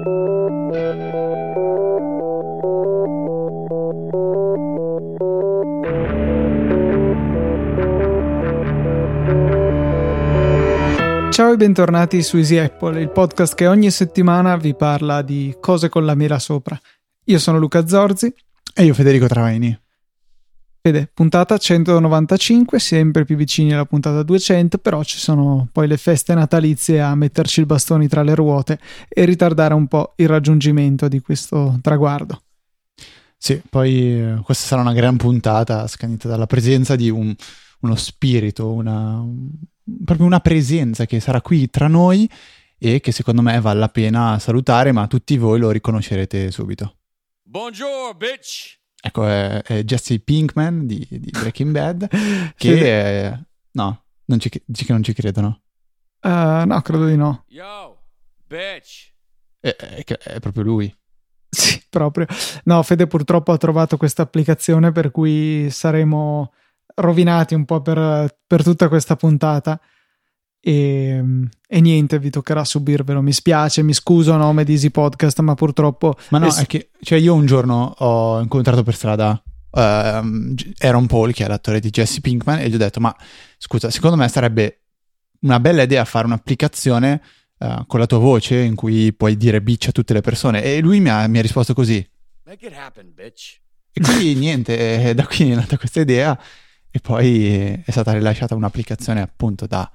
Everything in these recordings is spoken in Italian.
Ciao e bentornati su Easy Apple, il podcast che ogni settimana vi parla di cose con la mela sopra. Io sono Luca Zorzi. E io Federico Travaini. Vede, puntata 195, sempre più vicini alla puntata 200, però ci sono poi le feste natalizie a metterci i bastoni tra le ruote e ritardare un po' il raggiungimento di questo traguardo. Sì, poi questa sarà una gran puntata scandita dalla presenza di uno spirito, proprio una presenza che sarà qui tra noi e che secondo me vale la pena salutare, ma tutti voi lo riconoscerete subito. Buongiorno, bitch! Ecco, è Jesse Pinkman di Breaking Bad, che no, dici che non ci credono. No, credo di no. Yo, bitch! È proprio lui. Sì, proprio. No, Fede purtroppo ha trovato questa applicazione per cui saremo rovinati un po' per tutta questa puntata e niente, vi toccherà subirvelo. Mi spiace, mi scuso a nome di Easy Podcast, ma purtroppo... Ma no, è che cioè io un giorno ho incontrato per strada Aaron Paul, che è l'attore di Jesse Pinkman, e gli ho detto: ma scusa, secondo me sarebbe una bella idea fare un'applicazione con la tua voce in cui puoi dire bitch a tutte le persone. E lui mi ha risposto così: Make it happen, bitch! E quindi niente, da qui è nata questa idea. E poi è stata rilasciata un'applicazione appunto da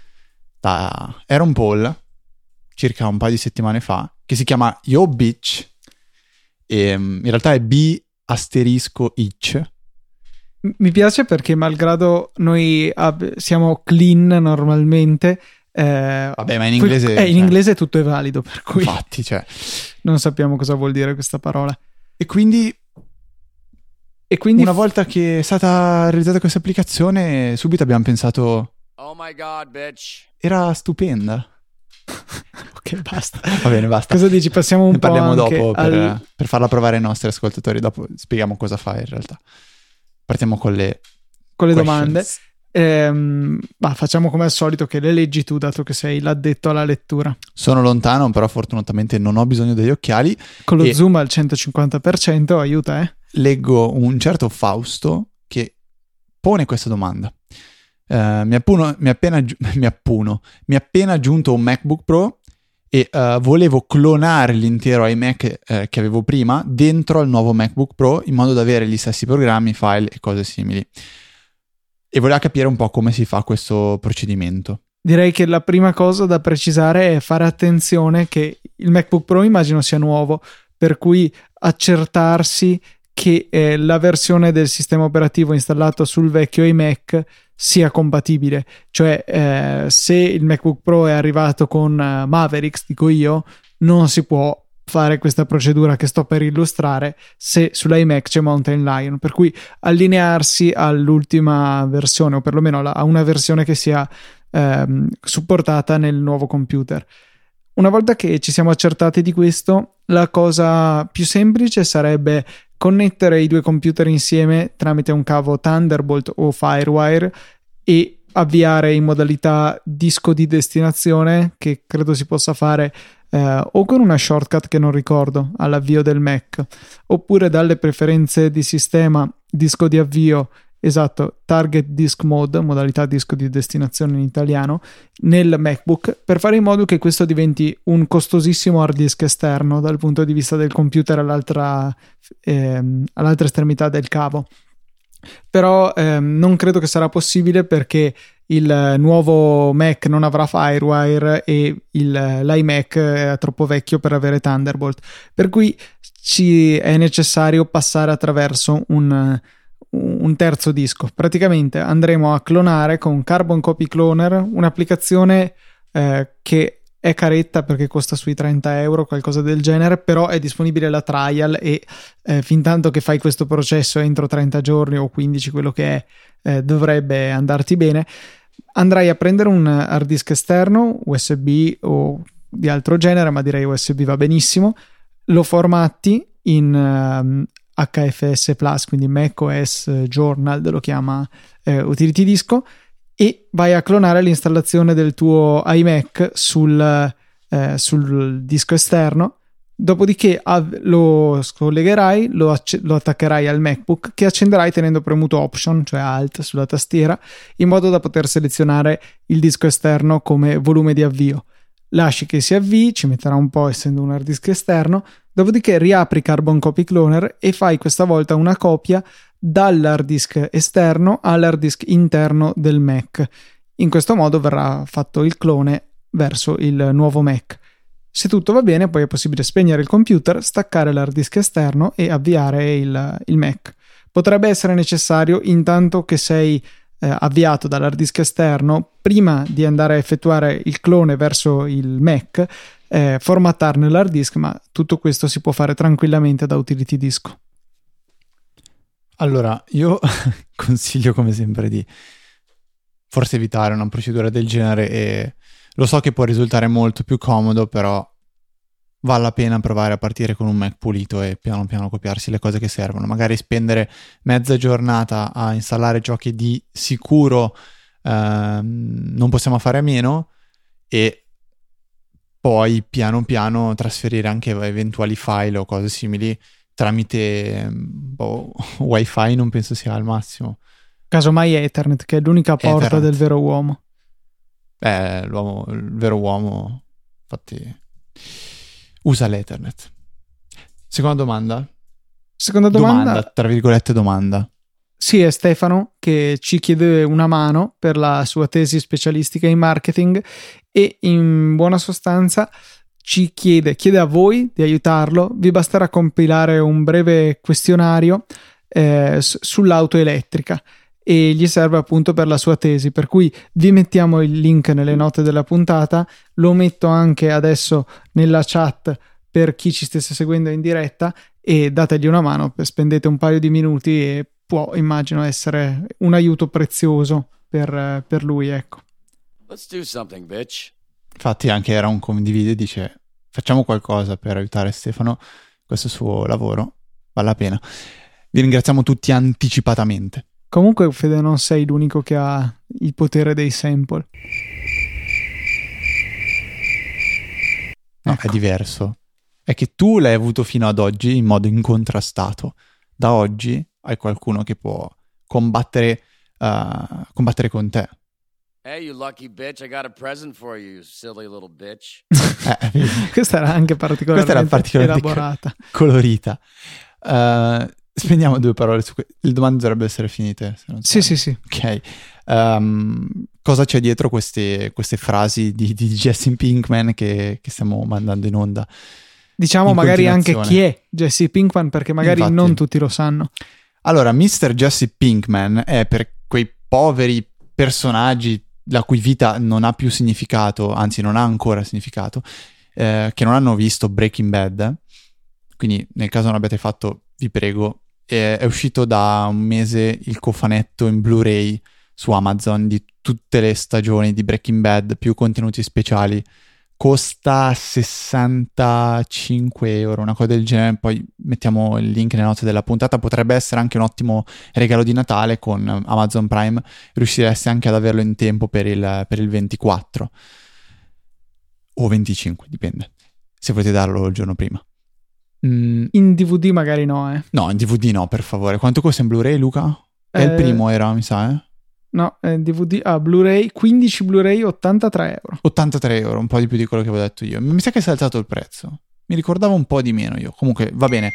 Aaron Paul circa un paio di settimane fa, che si chiama Yo Bitch, e in realtà è B***ich. Mi piace perché malgrado noi siamo clean normalmente, vabbè, ma in inglese in inglese tutto è valido, per cui infatti, cioè, non sappiamo cosa vuol dire questa parola. E quindi una volta che è stata realizzata questa applicazione, subito abbiamo pensato: Oh my god, bitch! Era stupenda. Ok, basta. Va bene, basta. Cosa dici? Passiamo un ne po' parliamo anche dopo per farla provare ai nostri ascoltatori. Dopo spieghiamo cosa fa in realtà. Partiamo con le domande. Facciamo come al solito che le leggi tu, dato che sei l'addetto alla lettura. Sono lontano, però fortunatamente non ho bisogno degli occhiali. Con lo zoom al 150% aiuta, Leggo un certo Fausto che pone questa domanda. Mi è appena giunto un MacBook Pro e volevo clonare l'intero iMac che avevo prima dentro al nuovo MacBook Pro, in modo da avere gli stessi programmi, file e cose simili. E voleva capire un po' come si fa questo procedimento. Direi che la prima cosa da precisare è fare attenzione che il MacBook Pro immagino sia nuovo, per cui accertarsi che la versione del sistema operativo installato sul vecchio iMac sia compatibile. Cioè se il MacBook Pro è arrivato con Mavericks, dico io, non si può fare questa procedura che sto per illustrare se sull'iMac c'è Mountain Lion, per cui allinearsi all'ultima versione, o perlomeno a una versione che sia supportata nel nuovo computer. Una volta che ci siamo accertati di questo, la cosa più semplice sarebbe connettere i due computer insieme tramite un cavo Thunderbolt o Firewire e avviare in modalità disco di destinazione, che credo si possa fare o con una shortcut che non ricordo all'avvio del Mac, oppure dalle preferenze di sistema, disco di avvio, esatto, Target Disk Mode, modalità disco di destinazione in italiano, nel MacBook, per fare in modo che questo diventi un costosissimo hard disk esterno dal punto di vista del computer all'altra estremità del cavo. Però non credo che sarà possibile, perché il nuovo Mac non avrà Firewire e l'iMac è troppo vecchio per avere Thunderbolt, per cui ci è necessario passare attraverso un terzo disco. Praticamente andremo a clonare con Carbon Copy Cloner, un'applicazione che è caretta perché costa sui €30, qualcosa del genere, però è disponibile la trial e fin tanto che fai questo processo entro 30 giorni o 15, quello che è, dovrebbe andarti bene. Andrai a prendere un hard disk esterno USB o di altro genere, ma direi USB va benissimo, lo formatti in HFS Plus, quindi macOS Journal lo chiama Utility Disco, e vai a clonare l'installazione del tuo iMac sul disco esterno, Dopodiché lo scollegherai, lo attaccherai al MacBook, che accenderai tenendo premuto Option, cioè Alt sulla tastiera, in modo da poter selezionare il disco esterno come volume di avvio. Lasci che si avvii, ci metterà un po' essendo un hard disk esterno, dopodiché riapri Carbon Copy Cloner e fai questa volta una copia dall'hard disk esterno all'hard disk interno del Mac. In questo modo verrà fatto il clone verso il nuovo Mac. Se tutto va bene, poi è possibile spegnere il computer, staccare l'hard disk esterno e avviare il Mac. Potrebbe essere necessario, intanto che sei avviato dall'hard disk esterno, prima di andare a effettuare il clone verso il Mac, formattarne l'hard disk, ma tutto questo si può fare tranquillamente da Utility Disco. Allora, io consiglio come sempre di forse evitare una procedura del genere, e lo so che può risultare molto più comodo, però vale la pena provare a partire con un Mac pulito e piano piano copiarsi le cose che servono. Magari spendere mezza giornata a installare ciò che di sicuro non possiamo fare a meno, e poi piano piano trasferire anche eventuali file o cose simili tramite wifi. Non penso sia al massimo. Casomai Ethernet, che è l'unica porta Ethernet del vero uomo. Il vero uomo infatti usa l'Ethernet. Seconda domanda, tra virgolette domanda. Sì, è Stefano che ci chiede una mano per la sua tesi specialistica in marketing, e in buona sostanza ci chiede a voi di aiutarlo. Vi basterà compilare un breve questionario sull'auto elettrica, e gli serve appunto per la sua tesi, per cui vi mettiamo il link nelle note della puntata, lo metto anche adesso nella chat per chi ci stesse seguendo in diretta, e dategli una mano, spendete un paio di minuti e può, immagino, essere un aiuto prezioso per lui, ecco. Let's do something, bitch. Infatti anche era un condiviso, dice facciamo qualcosa per aiutare Stefano, questo suo lavoro vale la pena. Vi ringraziamo tutti anticipatamente. Comunque, Fede, non sei l'unico che ha il potere dei sample. No, ecco. È diverso. È che tu l'hai avuto fino ad oggi in modo incontrastato. Da oggi hai qualcuno che può combattere con te. Hey, you lucky bitch, I got a present for you, you silly little bitch. Questa era anche particolarmente elaborata. Colorita. Spendiamo 2 parole su le domande, dovrebbero essere finite. Se non Sì. Ok. Cosa c'è dietro queste frasi di Jesse Pinkman che stiamo mandando in onda? Diciamo magari anche chi è Jesse Pinkman, perché magari infatti non tutti lo sanno. Allora, Mr. Jesse Pinkman è per quei poveri personaggi la cui vita non ha più significato, anzi non ha ancora significato, che non hanno visto Breaking Bad. Quindi nel caso non abbiate fatto, vi prego, è uscito da un mese il cofanetto in Blu-ray su Amazon di tutte le stagioni di Breaking Bad più contenuti speciali. Costa 65 euro, una cosa del genere. Poi mettiamo il link nelle note della puntata. Potrebbe essere anche un ottimo regalo di Natale con Amazon Prime. Riuscireste anche ad averlo in tempo per il 24 o 25, dipende, se volete darlo il giorno prima. In DVD magari no, No, in DVD no, per favore. Quanto costa in Blu-ray, Luca? È il primo, era, mi sa, No, DVD Blu-ray, 15 Blu-ray, 83 euro. 83 euro, un po' di più di quello che avevo detto io. Mi sa che si è alzato il prezzo. Mi ricordavo un po' di meno io. Comunque, va bene.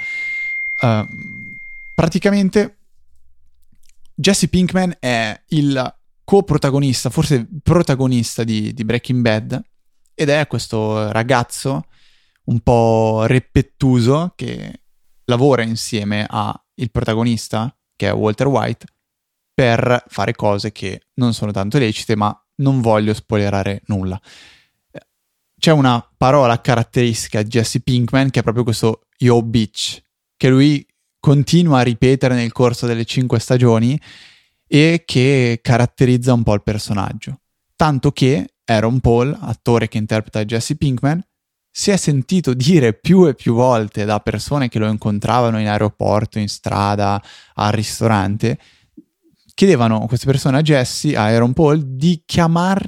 Praticamente Jesse Pinkman è il coprotagonista, forse protagonista di Breaking Bad, ed è questo ragazzo un po' reppettuso che lavora insieme al protagonista, che è Walter White, per fare cose che non sono tanto lecite, ma non voglio spoilerare nulla. C'è una parola caratteristica di Jesse Pinkman che è proprio questo yo bitch, che lui continua a ripetere nel corso delle 5 stagioni e che caratterizza un po' il personaggio. Tanto che Aaron Paul, attore che interpreta Jesse Pinkman, si è sentito dire più e più volte da persone che lo incontravano in aeroporto, in strada, al ristorante, chiedevano queste persone a Jesse, a Aaron Paul, di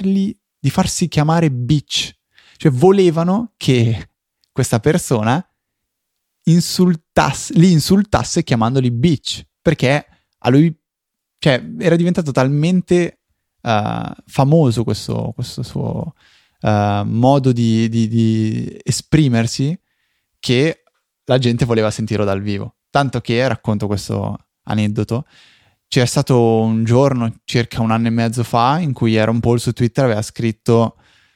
farsi chiamare bitch. Cioè volevano che questa persona li insultasse chiamandoli bitch, perché a lui, cioè, era diventato talmente famoso questo suo modo di esprimersi che la gente voleva sentirlo dal vivo. Tanto che, racconto questo aneddoto, c'è stato un giorno, circa un anno e mezzo fa, in cui Aaron Paul su Twitter aveva scritto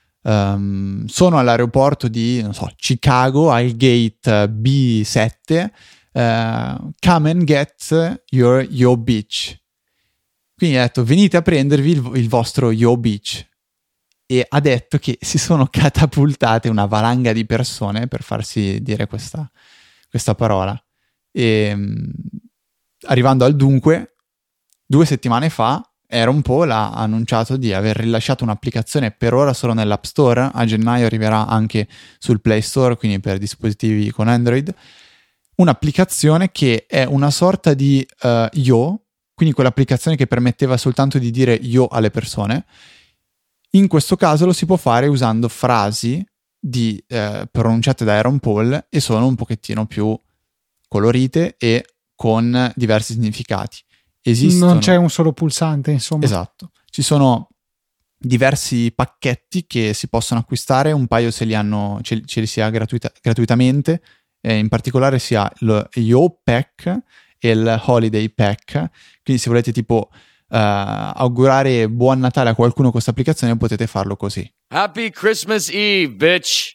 sono all'aeroporto di, non so, Chicago, al gate B7, come and get your bitch. Quindi ha detto venite a prendervi il vostro yo bitch, e ha detto che si sono catapultate una valanga di persone per farsi dire questa parola. E arrivando al dunque, 2 settimane fa Aaron Paul ha annunciato di aver rilasciato un'applicazione per ora solo nell'App Store, a gennaio arriverà anche sul Play Store, quindi per dispositivi con Android, un'applicazione che è una sorta di yo, quindi quell'applicazione che permetteva soltanto di dire yo alle persone. In questo caso lo si può fare usando frasi pronunciate da Aaron Paul, e sono un pochettino più colorite e con diversi significati. Non c'è un solo pulsante, insomma. Esatto. Ci sono diversi pacchetti che si possono acquistare, un paio ce li si ha gratuitamente, in particolare si ha il Yo Pack e il Holiday Pack, quindi se volete tipo augurare buon Natale a qualcuno con questa applicazione potete farlo così. Happy Christmas Eve, bitch!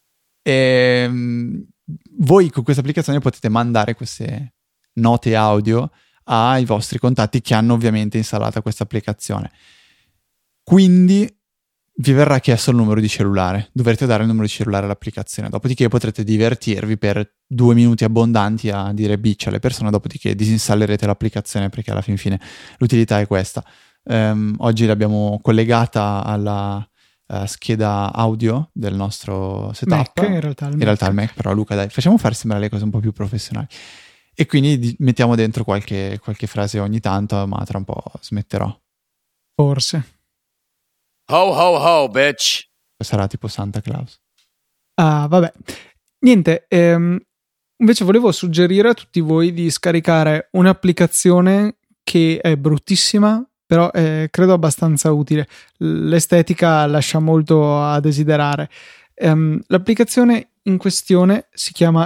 E voi con questa applicazione potete mandare queste note audio ai vostri contatti che hanno ovviamente installata questa applicazione. Quindi vi verrà chiesto il numero di cellulare, dovrete dare il numero di cellulare all'applicazione, dopodiché potrete divertirvi per 2 minuti abbondanti a dire bitch alle persone, dopodiché disinstallerete l'applicazione, perché alla fin fine l'utilità è questa. Oggi l'abbiamo collegata alla scheda audio del nostro setup, Mac, in realtà il Mac, però Luca dai, facciamo fare sembrare le cose un po' più professionali. E quindi mettiamo dentro qualche frase ogni tanto, ma tra un po' smetterò. Forse. Ho ho ho, bitch! Sarà tipo Santa Claus. Ah, vabbè. Niente, invece volevo suggerire a tutti voi di scaricare un'applicazione che è bruttissima, però è credo abbastanza utile. L'estetica lascia molto a desiderare. L'applicazione in questione si chiama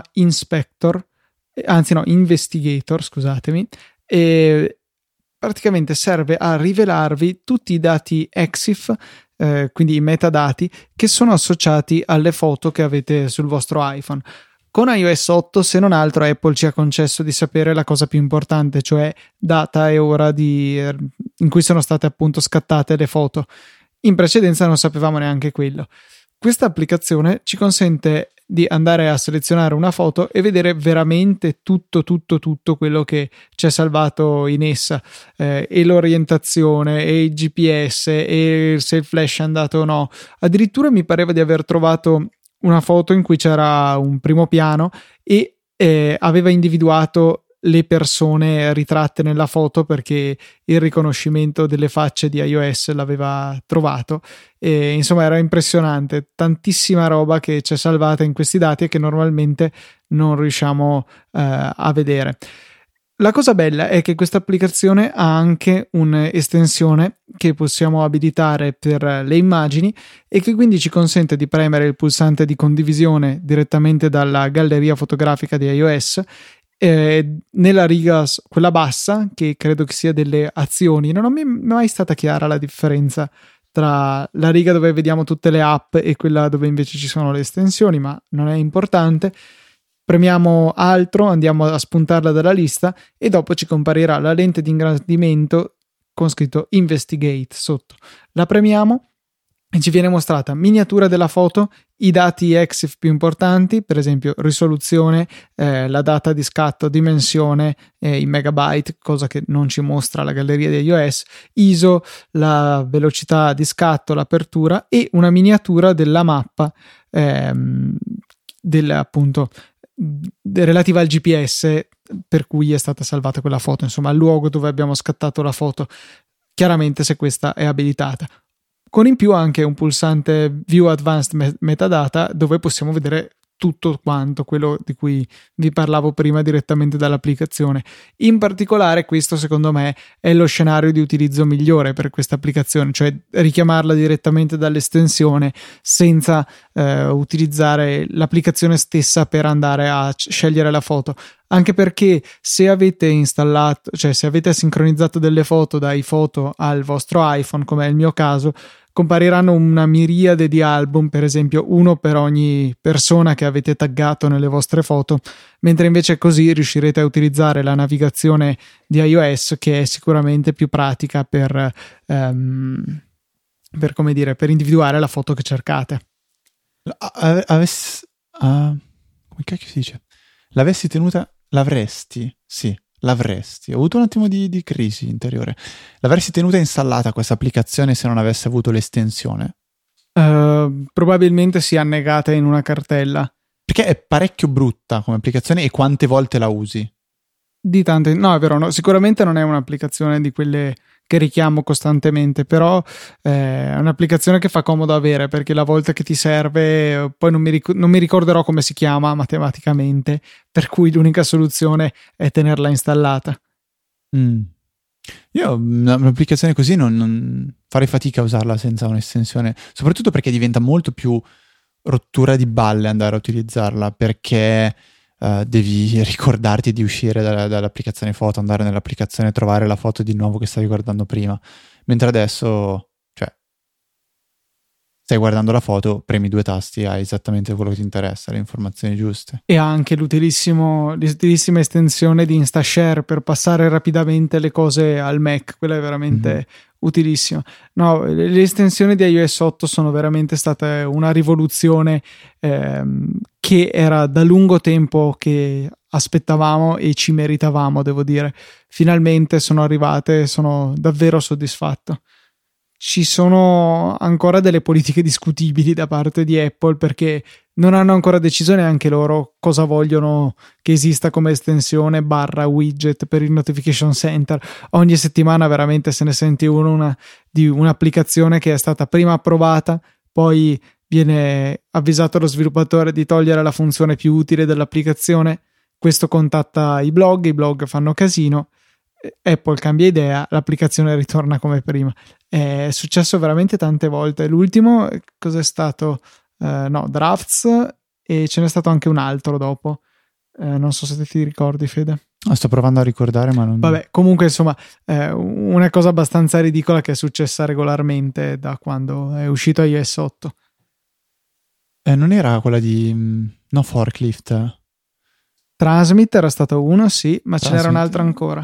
Investigator, scusatemi, e praticamente serve a rivelarvi tutti i dati EXIF, quindi i metadati che sono associati alle foto che avete sul vostro iPhone. Con iOS 8, se non altro, Apple ci ha concesso di sapere la cosa più importante, cioè data e ora in cui sono state appunto scattate le foto. In precedenza non sapevamo neanche quello. Questa applicazione ci consente di andare a selezionare una foto e vedere veramente tutto quello che c'è salvato in essa, e l'orientazione e il GPS e se il flash è andato o no. Addirittura mi pareva di aver trovato una foto in cui c'era un primo piano e aveva individuato le persone ritratte nella foto, perché il riconoscimento delle facce di iOS l'aveva trovato. E insomma era impressionante, tantissima roba che c'è salvata in questi dati e che normalmente non riusciamo a vedere. La cosa bella è che questa applicazione ha anche un'estensione che possiamo abilitare per le immagini e che quindi ci consente di premere il pulsante di condivisione direttamente dalla galleria fotografica di iOS. Nella riga quella bassa, che credo che sia delle azioni, non mi è mai stata chiara la differenza tra la riga dove vediamo tutte le app e quella dove invece ci sono le estensioni, ma non è importante. Premiamo altro, andiamo a spuntarla dalla lista e dopo ci comparirà la lente di ingrandimento con scritto Investigate sotto. La premiamo e ci viene mostrata miniatura della foto, i dati EXIF più importanti, per esempio risoluzione, la data di scatto, dimensione in megabyte, cosa che non ci mostra la galleria di iOS, ISO, la velocità di scatto, l'apertura e una miniatura della mappa appunto relativa al GPS per cui è stata salvata quella foto, insomma il luogo dove abbiamo scattato la foto, chiaramente se questa è abilitata. Con in più anche un pulsante View Advanced Metadata dove possiamo vedere tutto quanto quello di cui vi parlavo prima direttamente dall'applicazione. In particolare questo secondo me è lo scenario di utilizzo migliore per questa applicazione, cioè richiamarla direttamente dall'estensione senza utilizzare l'applicazione stessa per andare a scegliere la foto, anche perché se avete installato, cioè se avete sincronizzato delle foto da iPhoto al vostro iPhone, come è il mio caso, compariranno una miriade di album, per esempio uno per ogni persona che avete taggato nelle vostre foto, mentre invece così riuscirete a utilizzare la navigazione di iOS, che è sicuramente più pratica per come dire, per individuare la foto che cercate. Come cacchio si dice? L'avessi tenuta? L'avresti? Sì. L'avresti. Ho avuto un attimo di crisi interiore. L'avresti tenuta installata questa applicazione se non avesse avuto l'estensione? Probabilmente sia annegata in una cartella. Perché è parecchio brutta come applicazione. E quante volte la usi? Di tante. No, è vero, no, sicuramente non è un'applicazione di quelle che richiamo costantemente, però è un'applicazione che fa comodo avere, perché la volta che ti serve, poi non mi ricorderò come si chiama matematicamente, per cui l'unica soluzione è tenerla installata. Io un'applicazione così non farei fatica a usarla senza un'estensione, soprattutto perché diventa molto più rottura di balle andare a utilizzarla, perché devi ricordarti di uscire dall'applicazione foto, andare nell'applicazione e trovare la foto di nuovo che stavi guardando prima, mentre adesso, cioè, stai guardando la foto, premi 2 tasti, hai esattamente quello che ti interessa, le informazioni giuste. E ha anche l'utilissima estensione di InstaShare per passare rapidamente le cose al Mac, quella è veramente utilissima. No, le estensioni di iOS 8 sono veramente state una rivoluzione che era da lungo tempo che aspettavamo e ci meritavamo, devo dire. Finalmente sono arrivate, sono davvero soddisfatto. Ci sono ancora delle politiche discutibili da parte di Apple, perché non hanno ancora deciso neanche loro cosa vogliono che esista come estensione / widget per il Notification Center. Ogni settimana veramente se ne sente una di un'applicazione che è stata prima approvata, poi viene avvisato lo sviluppatore di togliere la funzione più utile dell'applicazione, questo contatta i blog fanno casino, Apple cambia idea, l'applicazione ritorna come prima. È successo veramente tante volte. L'ultimo cos'è stato? Drafts, e ce n'è stato anche un altro dopo. Non so se ti ricordi, Fede. Sto provando a ricordare, ma non... Vabbè, comunque insomma una cosa abbastanza ridicola che è successa regolarmente da quando è uscito iOS 8. Non era quella di No Forklift? Transmit era stato uno, sì, ma ce n'era un altro ancora.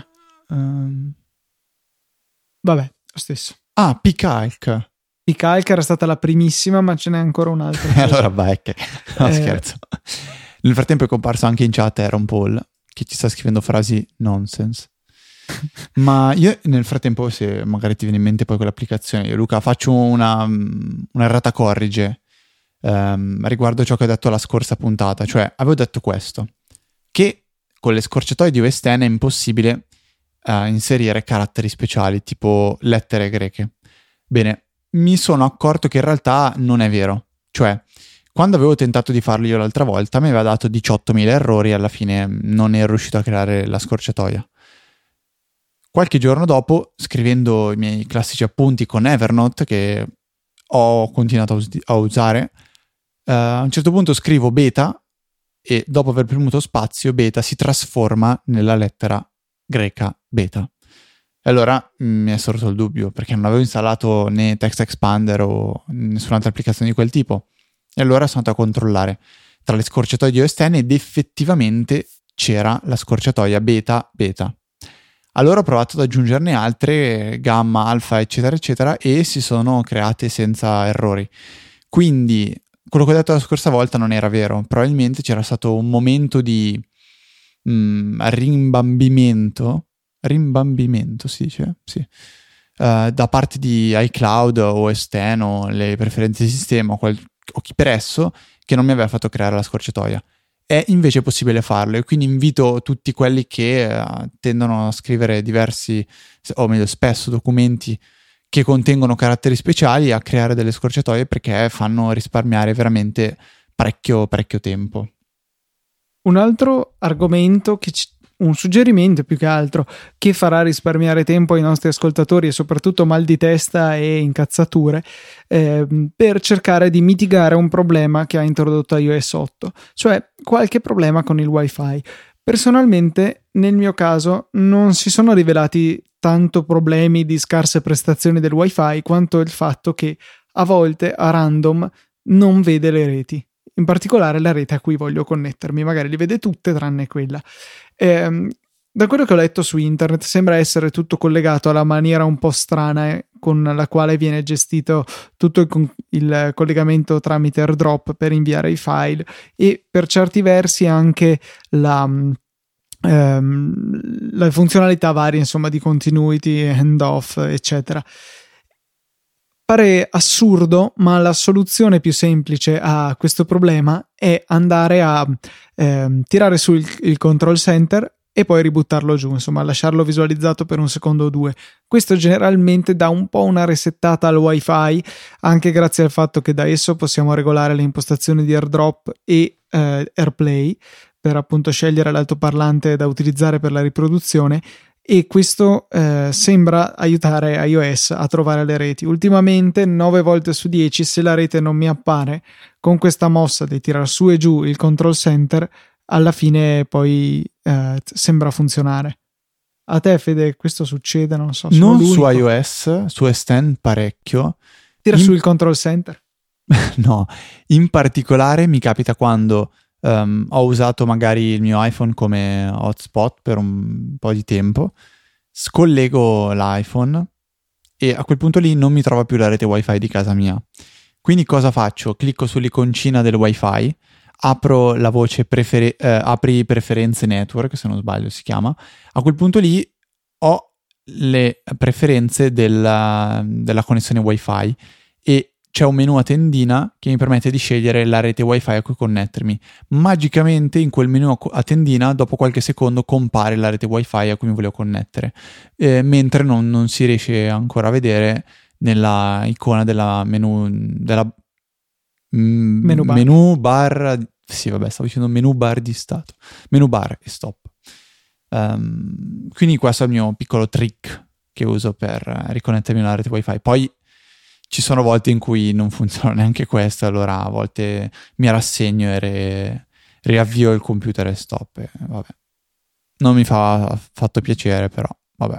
Vabbè, lo stesso. Ah, Picalc. Picalc era stata la primissima, ma ce n'è ancora un'altra. Allora vai, no, scherzo. Nel frattempo è comparso anche in chat Aaron Paul, che ci sta scrivendo frasi nonsense. Ma io nel frattempo, se magari ti viene in mente poi quell'applicazione, io Luca faccio una errata corrige riguardo ciò che ho detto alla scorsa puntata. Cioè avevo detto questo, che con le scorciatoie di OS X è impossibile inserire caratteri speciali tipo lettere greche. Bene, mi sono accorto che in realtà non è vero. Cioè, quando avevo tentato di farlo io l'altra volta mi aveva dato 18.000 errori e alla fine non ero riuscito a creare la scorciatoia. Qualche giorno dopo, scrivendo i miei classici appunti con Evernote, che ho continuato a usare, a un certo punto scrivo beta e dopo aver premuto spazio beta si trasforma nella lettera greca beta. E allora mi è sorto il dubbio, perché non avevo installato né Text Expander o nessun'altra applicazione di quel tipo. E allora sono andato a controllare tra le scorciatoie di OS X ed effettivamente c'era la scorciatoia beta. Allora ho provato ad aggiungerne altre, gamma, alfa, eccetera, eccetera, e si sono create senza errori. Quindi quello che ho detto la scorsa volta non era vero. Probabilmente c'era stato un momento di rimbambimento si dice? Sì. Da parte di iCloud o esterno, le preferenze di sistema o chi per esso, che non mi aveva fatto creare la scorciatoia. È invece possibile farlo, e quindi invito tutti quelli che tendono a scrivere diversi, o meglio spesso, documenti che contengono caratteri speciali a creare delle scorciatoie, perché fanno risparmiare veramente parecchio tempo. Un altro argomento un suggerimento più che altro che farà risparmiare tempo ai nostri ascoltatori e soprattutto mal di testa e incazzature per cercare di mitigare un problema che ha introdotto iOS 8, cioè qualche problema con il Wi-Fi. Personalmente, nel mio caso, non si sono rivelati tanto problemi di scarse prestazioni del Wi-Fi quanto il fatto che a volte a random non vede le reti. In particolare la rete a cui voglio connettermi, magari le vede tutte tranne quella. Da quello che ho letto su internet sembra essere tutto collegato alla maniera un po' strana con la quale viene gestito tutto il collegamento tramite AirDrop per inviare i file e per certi versi anche la funzionalità varia, insomma, di continuity, handoff, eccetera. Pare assurdo, ma la soluzione più semplice a questo problema è andare a tirare su il control center e poi ributtarlo giù, insomma lasciarlo visualizzato per un secondo o due. Questo generalmente dà un po' una resettata al Wi-Fi, anche grazie al fatto che da esso possiamo regolare le impostazioni di AirDrop e AirPlay per appunto scegliere l'altoparlante da utilizzare per la riproduzione, e questo sembra aiutare iOS a trovare le reti. Ultimamente 9 volte su 10, se la rete non mi appare, con questa mossa di tirar su e giù il control center, alla fine poi sembra funzionare. A te, Fede, questo succede? Non so, non l'unico. Su iOS, su Extend parecchio. Tira su il control center? No, in particolare mi capita quando ho usato magari il mio iPhone come hotspot per un po' di tempo, scollego l'iPhone e a quel punto lì non mi trova più la rete wifi di casa mia. Quindi cosa faccio? Clicco sull'iconcina del wifi, apro la voce apri preferenze network, se non sbaglio si chiama. A quel punto lì ho le preferenze della connessione wifi e c'è un menu a tendina che mi permette di scegliere la rete wifi a cui connettermi. Magicamente in quel menu a tendina dopo qualche secondo compare la rete wifi a cui mi volevo connettere, mentre non si riesce ancora a vedere nella icona della menu bar. Sì, vabbè, stavo dicendo menu bar di stato, menu bar e stop. Quindi questo è il mio piccolo trick che uso per riconnettermi alla rete wifi. Poi ci sono volte in cui non funziona neanche questo, allora a volte mi rassegno e riavvio il computer e stop. E vabbè. Non mi fa affatto piacere, però vabbè.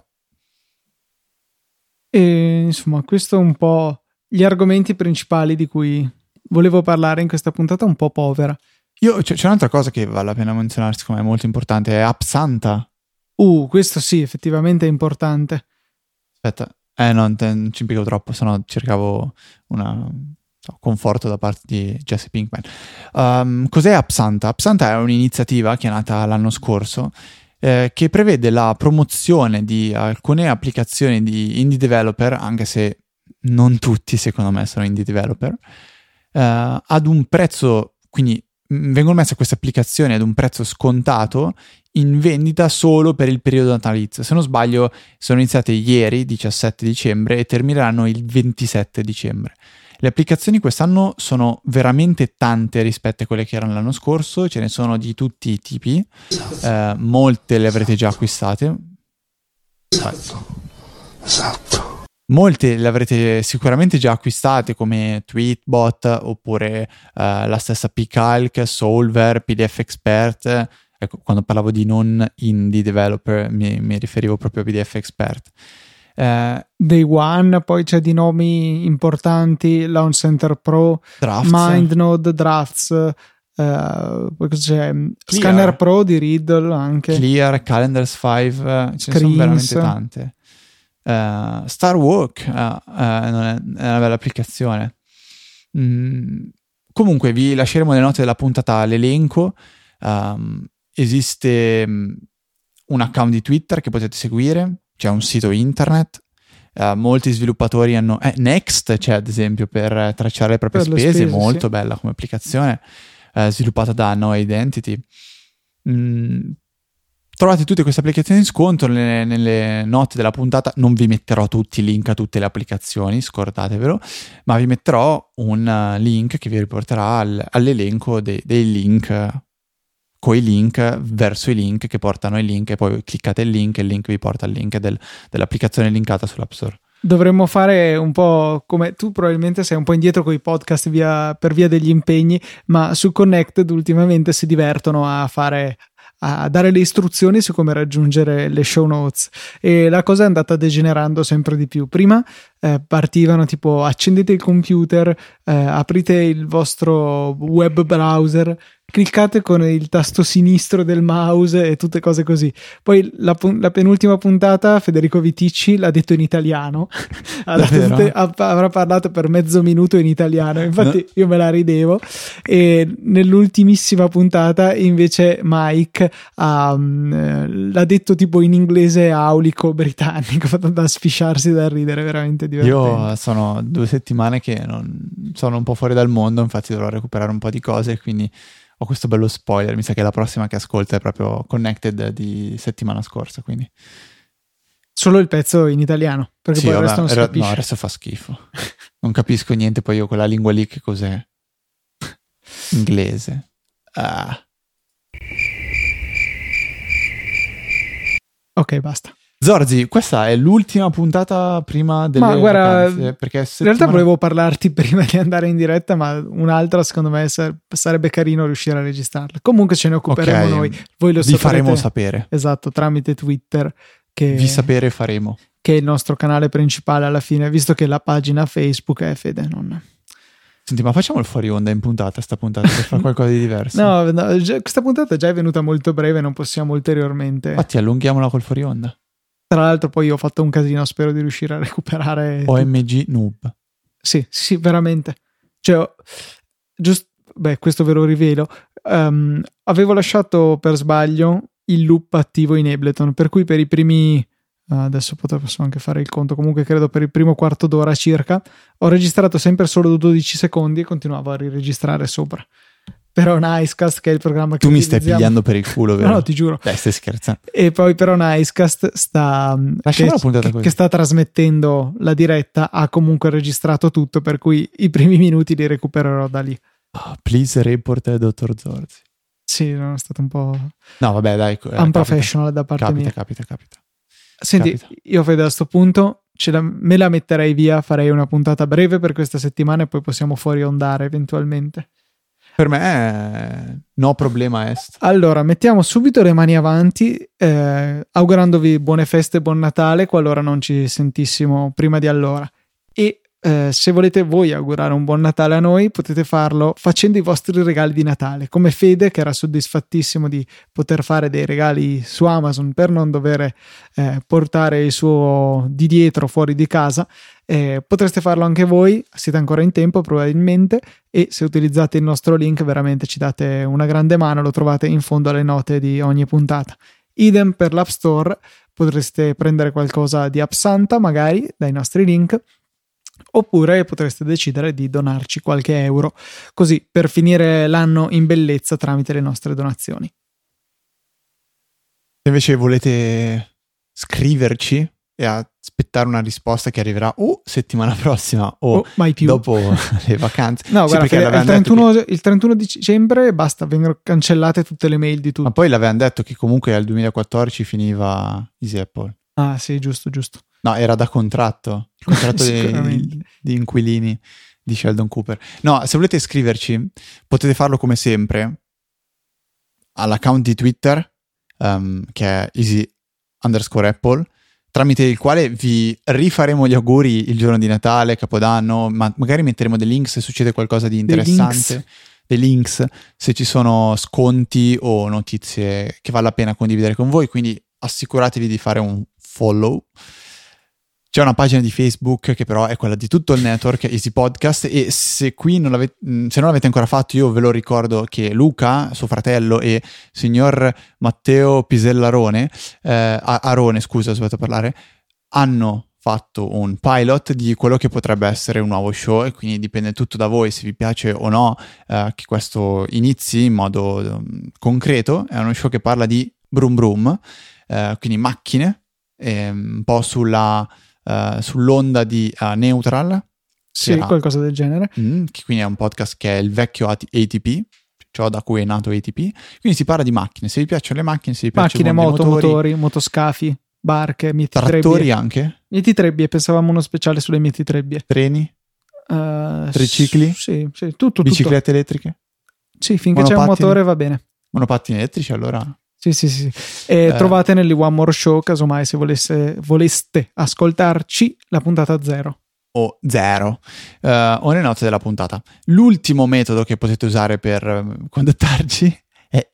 E insomma, questo è un po' gli argomenti principali di cui volevo parlare in questa puntata un po' povera. C'è un'altra cosa che vale la pena menzionare, secondo me è molto importante, è AppSanta. Questo sì, effettivamente è importante. Aspetta. Non ci impiego troppo, sennò cercavo conforto da parte di Jesse Pinkman. Cos'è AppSanta? AppSanta è un'iniziativa che è nata l'anno scorso che prevede la promozione di alcune applicazioni di indie developer, anche se non tutti secondo me sono indie developer, ad un prezzo, quindi vengono messe queste applicazioni ad un prezzo scontato in vendita solo per il periodo natalizio. Se non sbaglio sono iniziate ieri, 17 dicembre, e termineranno il 27 dicembre. Le applicazioni quest'anno sono veramente tante rispetto a quelle che erano l'anno scorso, ce ne sono di tutti i tipi, molte le avrete già acquistate. Esatto. Molte le avrete sicuramente già acquistate, come Tweetbot oppure la stessa PCalc, Solver, PDF Expert. Ecco, quando parlavo di non indie developer mi riferivo proprio a PDF Expert. Day One, poi c'è di nomi importanti, Launch Center Pro, Drafts. MindNode, Drafts, poi c'è Clear. Scanner Pro di Riddle anche. Clear, Calendars 5, ce ne sono veramente tante. Star Walk è una bella applicazione. Comunque vi lasceremo nelle note della puntata l'elenco. Esiste un account di Twitter che potete seguire, c'è un sito internet, molti sviluppatori hanno Next, c'è ad esempio per tracciare le proprie spese, molto sì. Bella come applicazione, sviluppata da No Identity. trovate tutte queste applicazioni in sconto nelle note della puntata. Non vi metterò tutti i link a tutte le applicazioni, scordatevelo, ma vi metterò un link che vi riporterà all'elenco dei link, coi link verso i link che portano ai link, e poi cliccate il link e il link vi porta al link dell'applicazione linkata sull'App Store. Dovremmo fare un po' come tu, probabilmente sei un po' indietro con i podcast per via degli impegni, ma su Connected ultimamente si divertono a dare le istruzioni su come raggiungere le show notes, e la cosa è andata degenerando sempre di più. Prima partivano tipo: accendete il computer, aprite il vostro web browser, cliccate con il tasto sinistro del mouse e tutte cose così. Poi la penultima puntata Federico Viticci l'ha detto in italiano. Avrà parlato per mezzo minuto in italiano, infatti io me la ridevo. E nell'ultimissima puntata invece Mike l'ha detto tipo in inglese aulico britannico, da sfisciarsi da ridere, veramente divertente. Io sono 2 settimane che sono un po' fuori dal mondo, infatti dovrò recuperare un po' di cose, quindi ho questo bello spoiler. Mi sa che la prossima che ascolto è proprio Connected di settimana scorsa, quindi solo il pezzo in italiano, perché sì, poi il resto non si capisce. No, il resto fa schifo. Non capisco niente, poi io quella lingua lì che cos'è? Inglese. Ok, basta. Zorzi, questa è l'ultima puntata prima delle vacanze, perché in realtà volevo parlarti prima di andare in diretta, ma un'altra secondo me sarebbe carino riuscire a registrarla. Comunque ce ne occuperemo noi, voi lo saprete. Vi faremo sapere. Esatto, tramite Twitter. Vi sapere faremo. Che è il nostro canale principale alla fine, visto che la pagina Facebook è Fede, non... Senti, ma facciamo il fuori onda in puntata, sta puntata, per fare qualcosa di diverso? No, questa puntata già è venuta molto breve, non possiamo ulteriormente... Infatti allunghiamola col fuori onda. Tra l'altro poi ho fatto un casino, spero di riuscire a recuperare... OMG noob. Sì, veramente. Cioè, questo ve lo rivelo. Avevo lasciato per sbaglio il loop attivo in Ableton, per cui per i primi... adesso posso anche fare il conto, comunque credo per il primo quarto d'ora circa ho registrato sempre solo 12 secondi e continuavo a riregistrare sopra. Però Nicecast, che è il programma che tu mi stai pigliando per il culo, vero? No, ti giuro. Dai, stai scherzando. E poi però Nicecast che sta trasmettendo la diretta ha comunque registrato tutto, per cui i primi minuti li recupererò da lì. Please report Dottor Zorzi. Sì, è stato un po'... No, vabbè, dai. Unprofessional da parte mia. Capita. Senti, io Fede, a sto punto me la metterei via, farei una puntata breve per questa settimana e poi possiamo fuori ondare eventualmente. Per me no problema est. Allora, mettiamo subito le mani avanti, augurandovi buone feste e buon Natale qualora non ci sentissimo prima di allora. E se volete voi augurare un buon Natale a noi, potete farlo facendo i vostri regali di Natale, come Fede, che era soddisfattissimo di poter fare dei regali su Amazon per non dover portare il suo di dietro fuori di casa. Potreste farlo anche voi, siete ancora in tempo probabilmente, e se utilizzate il nostro link veramente ci date una grande mano. Lo trovate in fondo alle note di ogni puntata. Idem per l'App Store, potreste prendere qualcosa di AppSanta magari dai nostri link, oppure potreste decidere di donarci qualche euro, così per finire l'anno in bellezza tramite le nostre donazioni. Se invece volete scriverci e aspettare una risposta che arriverà settimana prossima o mai più dopo le vacanze. No, sì, guarda, il 31 dicembre basta, vengono cancellate tutte le mail di tutti. Ma poi l'avevano detto che comunque al 2014 finiva Easy Apple. Ah sì, giusto. No, era da contratto, il contratto di inquilini di Sheldon Cooper. No, se volete scriverci potete farlo come sempre all'account di Twitter che è easy_apple, tramite il quale vi rifaremo gli auguri il giorno di Natale, Capodanno, ma magari metteremo dei link se succede qualcosa di interessante, dei links se ci sono sconti o notizie che vale la pena condividere con voi, quindi assicuratevi di fare un follow. C'è una pagina di Facebook che però è quella di tutto il network, Easy Podcast, e se non l'avete ancora fatto, io ve lo ricordo che Luca, suo fratello, e signor Matteo Pisellarone, Arone, scusa, ho sbagliato a parlare, hanno fatto un pilot di quello che potrebbe essere un nuovo show, e quindi dipende tutto da voi se vi piace o no che questo inizi in modo concreto. È uno show che parla di brum brum, quindi macchine, un po' sull'onda di Neutral. Sì, qualcosa del genere. Che quindi è un podcast che è il vecchio ATP, ciò da cui è nato ATP. Quindi si parla di macchine. Se vi piacciono le macchine, se vi piacciono motori, motoscafi, barche, mietitrebbie. Trattori anche? Mietitrebbie, pensavamo uno speciale sulle mietitrebbie. Treni? Tricicli? Sì, tutto. Biciclette elettriche? Sì, finché c'è un motore va bene. Monopattini elettrici allora? Sì. Trovate nel One More Show, casomai se voleste ascoltarci, la puntata 0. O 0 o nelle note della puntata. L'ultimo metodo che potete usare per contattarci è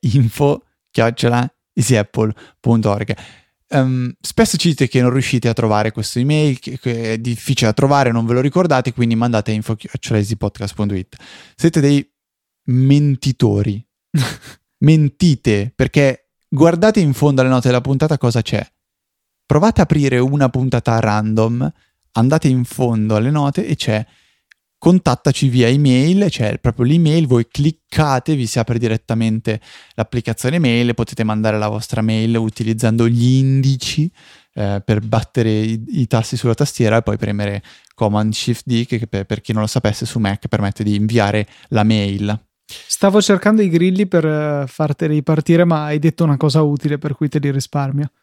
info@easyapple.org. Spesso ci dite che non riuscite a trovare questo email, che è difficile da trovare, non ve lo ricordate, quindi mandate info@easypodcast.it. Siete dei mentitori. Mentite, perché guardate in fondo alle note della puntata cosa c'è. Provate a aprire una puntata random, andate in fondo alle note e c'è contattaci via email, c'è proprio l'email, voi cliccate, vi si apre direttamente l'applicazione mail, potete mandare la vostra mail utilizzando gli indici per battere i tasti sulla tastiera e poi premere Command Shift D, che per chi non lo sapesse su Mac permette di inviare la mail. Stavo cercando i grilli per farteli ripartire, ma hai detto una cosa utile per cui te li risparmio.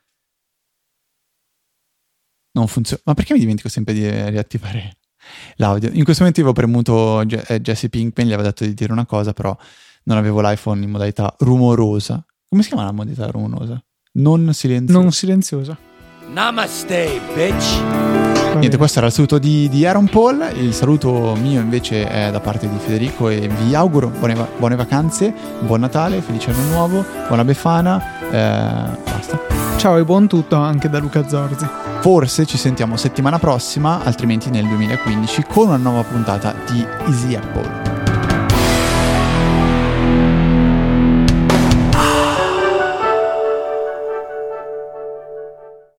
Non funziona. Ma perché mi dimentico sempre di riattivare l'audio? In questo momento avevo premuto Jesse Pinkman, gli aveva detto di dire una cosa, però non avevo l'iPhone in modalità rumorosa. Come si chiama la modalità rumorosa? Non silenziosa. Namaste, bitch. Niente, questo era il saluto di Aaron Paul. Il saluto mio invece è da parte di Federico e vi auguro buone vacanze, buon Natale, felice anno nuovo, buona Befana, basta. Ciao e buon tutto anche da Luca Zorzi. Forse ci sentiamo settimana prossima, altrimenti nel 2015 con una nuova puntata di Easy Apple.